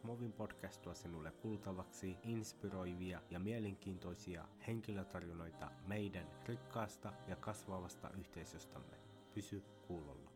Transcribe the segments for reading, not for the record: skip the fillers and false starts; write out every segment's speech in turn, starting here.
Movin podcast tuo sinulle kuultavaksi inspiroivia ja mielenkiintoisia henkilötarinoita meidän rikkaasta ja kasvavasta yhteisöstämme. Pysy kuulolla.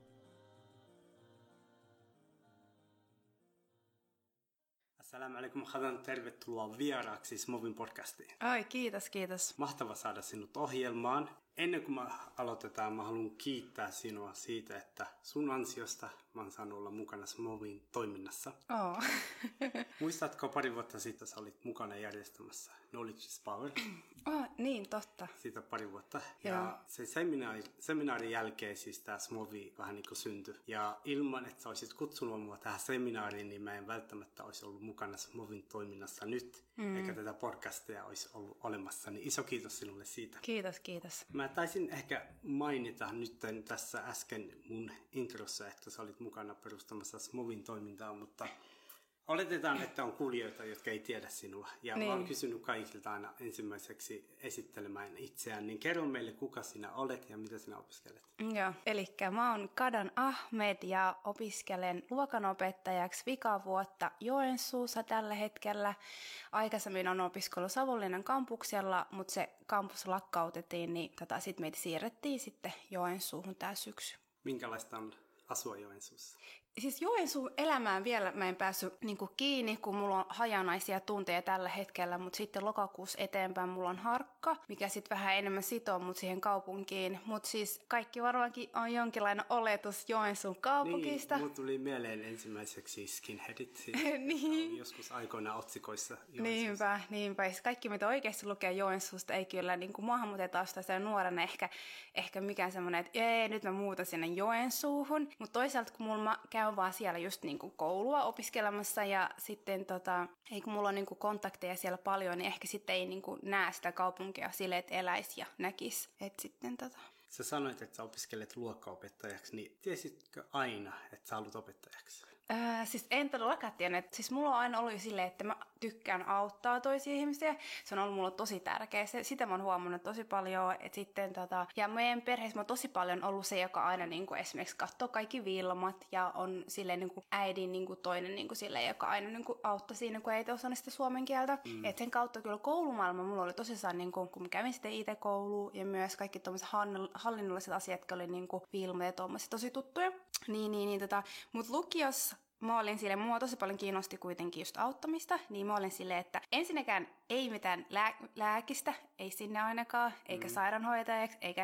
Assalamu alaikum Hadan, tervetuloa vieraaksi Movin podcastiin. Ai, kiitos. Mahtava saada sinut ohjelmaan. Ennen kuin me aloitetaan, mä haluan kiittää sinua siitä, että sun ansiosta mä oon saanut olla mukana Movin toiminnassa. Oh. Muistatko pari vuotta sitten sä olit mukana järjestämässä Knowledge is Power? Niin, totta. Siitä pari vuotta. Ja se seminaarin jälkeen siis tää Movi vähän niin kuin syntyi. Ja ilman, että sä olisit kutsunut mua tähän seminaariin, niin mä en välttämättä olisi ollut mukana Movin toiminnassa nyt. Eikä tätä podcastia olisi ollut olemassa. Niin iso kiitos sinulle siitä. Kiitos. Mä taisin ehkä mainita nyt tässä äsken mun introssa, että sä olit mukana perustamassa Movin toimintaa, mutta oletetaan, että on kuulijoita, jotka ei tiedä sinua. Ja niin. Mä oon kysynyt kaikilta aina ensimmäiseksi esittelemään itseään, niin kerro meille, kuka sinä olet ja mitä sinä opiskelet. Joo, elikkä mä oon Kadan Ahmed ja opiskelen luokanopettajaksi vikavuotta Joensuussa tällä hetkellä. Aikaisemmin on opiskellut Savonlinnan kampuksella, mutta se kampus lakkautettiin, niin sitten meitä siirrettiin sitten Joensuuhun tää syksy. Minkälaista on asua Joensuussa? Siis Joensuun elämään vielä mä en päässyt kiinni, kun mulla on hajanaisia tunteja tällä hetkellä, mutta sitten lokakuussa eteenpäin mulla on harkka, mikä sitten vähän enemmän sitoo mut siihen kaupunkiin. Mutta siis kaikki varmaankin on jonkinlainen oletus Joensuun kaupungista. Niin, mut tuli mieleen ensimmäiseksi skinheadit, niin. Joskus aikoina otsikoissa Joensuussa. Niinpä. Kaikki, mitä oikeasti lukee Joensuusta, ei kyllä maahanmuuttajataustaisen nuorena ehkä mikään semmoinen, että nyt mä muutan sinne Joensuuhun. Mutta toisaalta, kun mä käyn vaan siellä just koulua opiskelemassa ja sitten kun mulla on kontakteja siellä paljon, niin ehkä sitten ei näe sitä kaupunkia silleen, että eläisi ja näkisi. Että sitten Sä sanoit, että sä opiskelet luokkaopettajaksi, niin tiesitkö aina, että sä haluat opettajaksi? Siis en todellakaan tiennyt. Siis mulla on aina ollut silleen, että mä tykkään auttaa toisia ihmisiä. Se on ollut mulle tosi tärkeä. Sitä mä oon huomannut tosi paljon. Et sitten, ja meidän perheessä mä oon tosi paljon ollut se, joka aina esimerkiksi katsoo kaikki filmat ja on silleen äidin toinen silleen, joka aina auttoi siinä, kun ei osannut sitä suomen kieltä. Et sen kautta kyllä koulumaailma mulla oli tosissaan, kun mä kävin sitten IT-kouluun ja myös kaikki tommoset hallinnolliset asiat, jotka oli filmat ja tommoset tosi tuttuja. Mutta lukiossa mä olin silleen, mua tosi paljon kiinnosti kuitenkin just auttamista, niin mä olin silleen, että ensinnäkään ei mitään lääkistä, ei sinne ainakaan, eikä sairaanhoitajaksi, eikä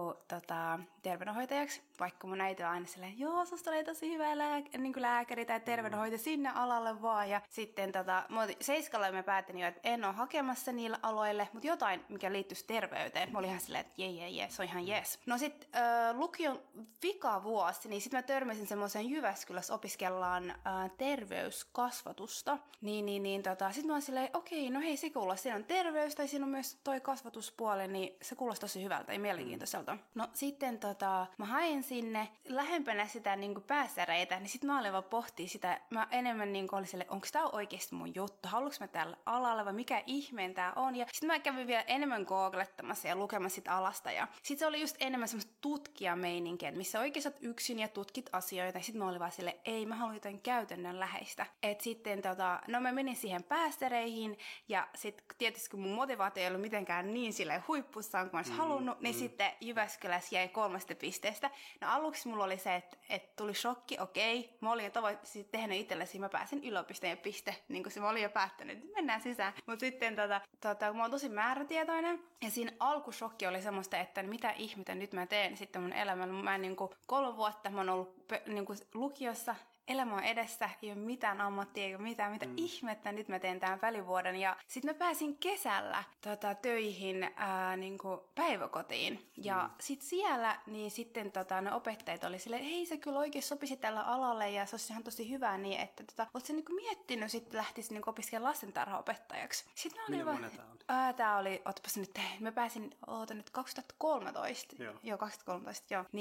terveydenhoitajaksi, vaikka mun äiti on aina silleen, joo, susta oli tosi hyvä lääkäri tai terveydenhoitaja sinne alalle vaan, ja sitten seiskalla mä päätin jo, että en ole hakemassa niillä aloille, mutta jotain, mikä liittyisi terveyteen, mä olin ihan silleen, että jee, se on ihan jees. No sit lukion vikavuosi, niin sit mä törmäsin semmoiseen Jyväskylässä opiskellaan terveyskasvatusta, sit mä oon silleen, okei, no hei, se kuulostaa, siinä on terveys tai siinä on myös toi kasvatuspuoli, niin se kuulostaa tosi hyvältä ja mielenkiintoiselta. No sitten mä hain sinne lähempänä sitä pääsäreitä, niin sit mä olin vaan pohtia sitä, mä enemmän oli silleen, onko tää oikeesti mun juttu, haluanko mä tällä alalla vai mikä ihmeen tää on, ja sit mä kävin vielä enemmän googlettamassa ja lukemassa sit alasta, ja sit se oli just enemmän semmoista tutkijameininkiä, missä oikeesti oot yksin ja tutkit asioita, ja sit mä olin vaan silleen, ei, mä haluan jotain käytännönläheistä. Et sitten mä menin siihen päästäreihin ja sitten tietysti kun mun motivaatio ei ollut mitenkään niin silleen huippussaan kuin mä olisin halunnut, niin sitten Jyväskylässä jäi 3 pisteestä. No aluksi mulla oli se, että tuli shokki, okei. Mä olin jo tavoitteessa tehnyt itsellesi, mä pääsin yliopistoon ja piste, niin kuin se mä olin jo päättänyt, että mennään sisään. Mutta sitten mä oon tosi määrätietoinen ja siinä alkushokki oli semmoista, että mitä ihmettä nyt mä teen sitten mun elämällä. Mä 3 vuotta mä oon ollut lukiossa, elämä on edessä, ei ole mitään ammattia eikä mitä ihmettä, nyt mä teen tämän välivuoden. Ja sitten mä pääsin kesällä töihin päiväkotiin. Ja sitten siellä, niin sitten ne opettajat oli silleen, hei sä kyllä oikein sopisi tällä alalle ja se olisi ihan tosi hyvää, niin että oot sä miettinyt sitten lähtisi opiskelemaan lastentarhaopettajaksi. Sitten minä olin tää oli, ootpas nyt, mä pääsin, nyt 2013. Joo, 2013, joo.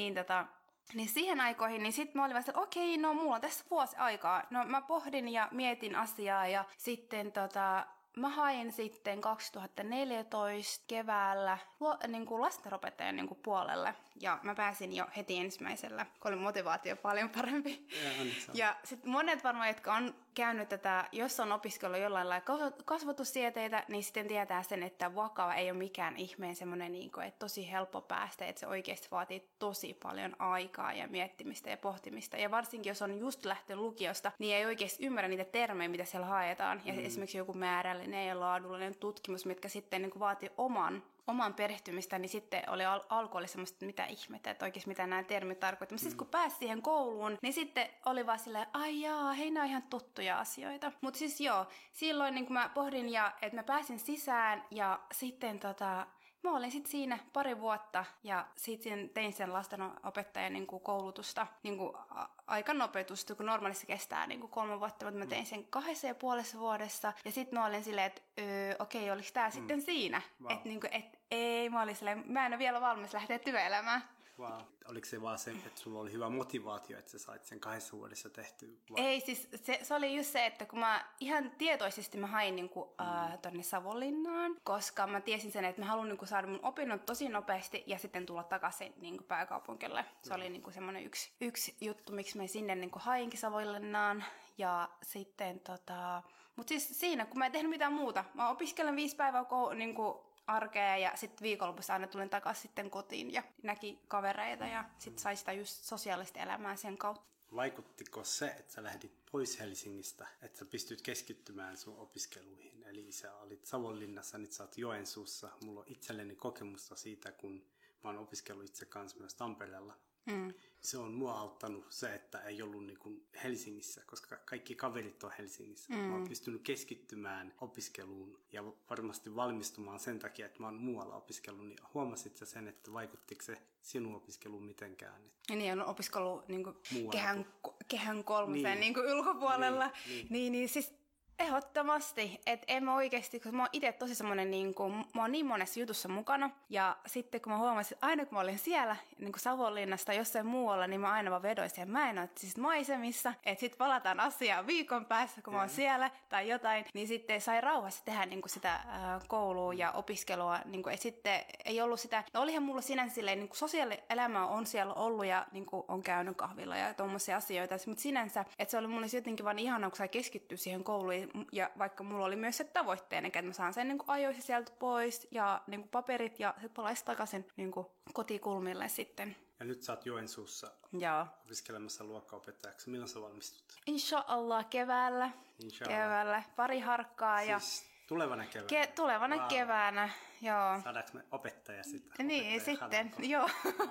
Niin siihen aikoihin, niin sitten mä olin että okei, no mulla on tässä vuosi aikaa. No mä pohdin ja mietin asiaa ja sitten mä hain sitten 2014 keväällä lastentarhaopettajan puolelle ja mä pääsin jo heti ensimmäisellä, kun oli motivaatio paljon parempi. Ja sitten monet varmaan, jotka on käynyt tätä, jos on opiskellut jollain lailla kasvatustieteitä, niin sitten tietää sen, että vakava ei ole mikään ihmeen semmoinen, niin kuin, että tosi helppo päästä, että se oikeasti vaatii tosi paljon aikaa ja miettimistä ja pohtimista. Ja varsinkin, jos on just lähtenyt lukiosta, niin ei oikeasti ymmärrä niitä termejä, mitä siellä haetaan. Ja esimerkiksi joku määrällinen ja laadullinen tutkimus, mitkä sitten niin kuin vaatii oman perehtymistä, niin sitten alku oli semmoista, että mitä ihmettä, että oikeasti mitä nämä termit tarkoittaa. Mutta sitten kun pääsi siihen kouluun, niin sitten oli vaan silleen, ai jaa, hei, nämä on ihan tuttuja asioita. Mutta siis joo, silloin niin kun mä pohdin, että mä pääsin sisään ja sitten mä olin sitten siinä pari vuotta ja sitten tein sen lastenopettajan niin kuin koulutusta niin kuin aika nopeutusta, kun normaalisti kestää niin kuin 3 vuotta, mutta mä tein sen 2,5 vuodessa ja sitten mä olin silleen, että okei, oliko tää sitten siinä? Wow. Että niin ei, mä olin silleen, mä en ole vielä valmis lähteä työelämään. Wow. Oliko se vaan se, että sulla oli hyvä motivaatio, että sä sait sen 2 vuodessa tehtyä? Ei, siis se oli just se, että kun mä ihan tietoisesti mä hain niinku, tonne Savonlinnaan, koska mä tiesin sen, että mä haluan niinku saada mun opinnot tosi nopeasti ja sitten tulla takaisin niinku pääkaupunkille. Se oli niinku semmoinen yksi juttu, miksi mä sinne niinku hainkin Savonlinnaan. Ja sitten mut siis siinä, kun mä en tehnyt mitään muuta, mä opiskelen 5 päivää niinku arkea ja sitten viikonlopussa aina tulin takaisin sitten kotiin ja näki kavereita ja sitten sai sitä just sosiaalista elämää sen kautta. Vaikuttiko se, että sä lähdit pois Helsingistä, että sä pystyt keskittymään sun opiskeluihin? Eli sä olit Savonlinnassa, nyt sä oot Joensuussa. Mulla on itselleni kokemusta siitä, kun mä oon opiskellut itse kanssa myös Tampereella. Se on mua auttanut se, että ei ollut niin kuin Helsingissä, koska kaikki kaverit on Helsingissä. Mä oon pystynyt keskittymään opiskeluun ja varmasti valmistumaan sen takia, että mä oon muualla opiskellut. Niin huomasit sä sen, että vaikuttiko se sinun opiskeluun mitenkään? Niin, on opiskellut niin kuin kehän 3 niin kuin ulkopuolella. Niin, siis ehdottomasti, että en mä oikeasti, koska mä oon itse tosi semmonen, mä oon niin monessa jutussa mukana, ja sitten kun mä huomasin, että aina kun mä olin siellä niin kuin Savonlinnasta jossain muualla, niin mä aina vaan vedoin siihen siis maisemissa, että sit palataan asiaan viikon päässä, kun mä oon siellä tai jotain, niin sitten sai rauhassa tehdä niin kuin sitä koulua ja opiskelua, niin kuin, että sitten ei ollut sitä, no olihan mulla sinänsä silleen, niin kuin sosiaalielämä on siellä ollut ja niin kuin on käynyt kahvilla ja tommosia asioita, mutta sinänsä, että se oli mulle jotenkin vaan ihanaa, kun sai keskittyä siihen kouluun. Ja vaikka mulla oli myös se tavoitteena, että mä saan sen niin kuin ajoissa sieltä pois ja niin kuin paperit ja sitten palaisin takaisin niin kuin kotikulmille sitten. Ja nyt sä oot Joensuussa opiskelemassa luokkaopettajaksi. Milloin sä valmistut? Inshallah keväällä. Keväällä. Pari harkkaa. Siis tulevana keväänä? Tulevana keväänä, joo. Saadaanko me opettaja sitä? Niin, sitten, joo.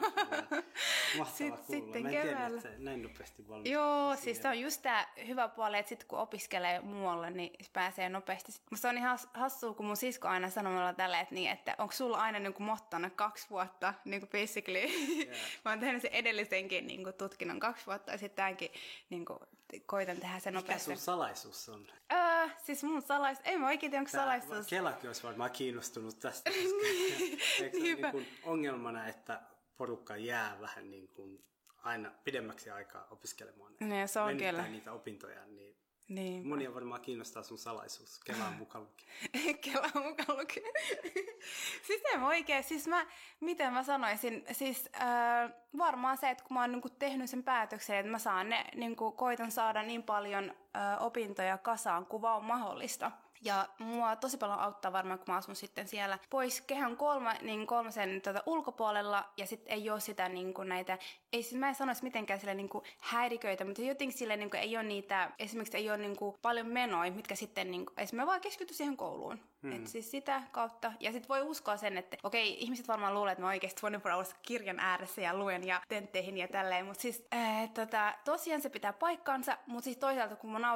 Mahtavaa kuulla. Sitten mä en keväällä. tiedä, että se näin nopeasti valmistuu. Joo, siis se on just tää hyvä puoli, että sit kun opiskelee muualle, niin pääsee nopeasti. Musta on ihan hassua, kun mun sisko aina sanoo mulla tällä, että onko sulla aina niin kuin mottona 2 vuotta, niin kuin basically. Yeah. Mä oon tehnyt sen edellisenkin niin kuin tutkinnon 2 vuotta ja sitten tämänkin niin kuin koitan tehdä sen nopeasti. Mikä sun salaisuus on? Siis mun salaisuus, ei mä oikein tiedä, onko salaisuus. Kelakin olisi varmaan kiinnostunut tästä, koska eikö se niin kuin ongelmana, että porukka jää vähän niin kuin aina pidemmäksi aikaa opiskelemaan. Ne, se on kyllä. Niitä opintoja, niin monia varmaan kiinnostaa sun salaisuus. Kelaan mukaan lukien. Kelaan mukaan lukien. Siis en oikein, siis miten mä sanoisin, siis varmaan se, että kun mä oon niinku tehnyt sen päätöksen, että mä saan niinku, koitan saada niin paljon opintoja kasaan kuin vaan on mahdollista. Ja mua tosi paljon auttaa varmaan, kun mä asun sitten siellä pois kehän 3 ulkopuolella ja sitten ei ole sitä niinku näitä, ei siis mä en sanoisi mitenkään sille niinku häiriköitä, mutta jotenkin sille niinku ei ole niitä, esimerkiksi ei ole niinku paljon menoja, mitkä sitten niinku, esimerkiksi mä vaan keskity siihen kouluun. Et siis sitä kautta. Ja sitten voi uskoa sen, että okei, ihmiset varmaan luulee, että mä oikeasti 24 kirjan ääressä ja luen ja tentteihin ja tälleen, mutta siis tosiaan se pitää paikkaansa, mutta siis toisaalta kun mun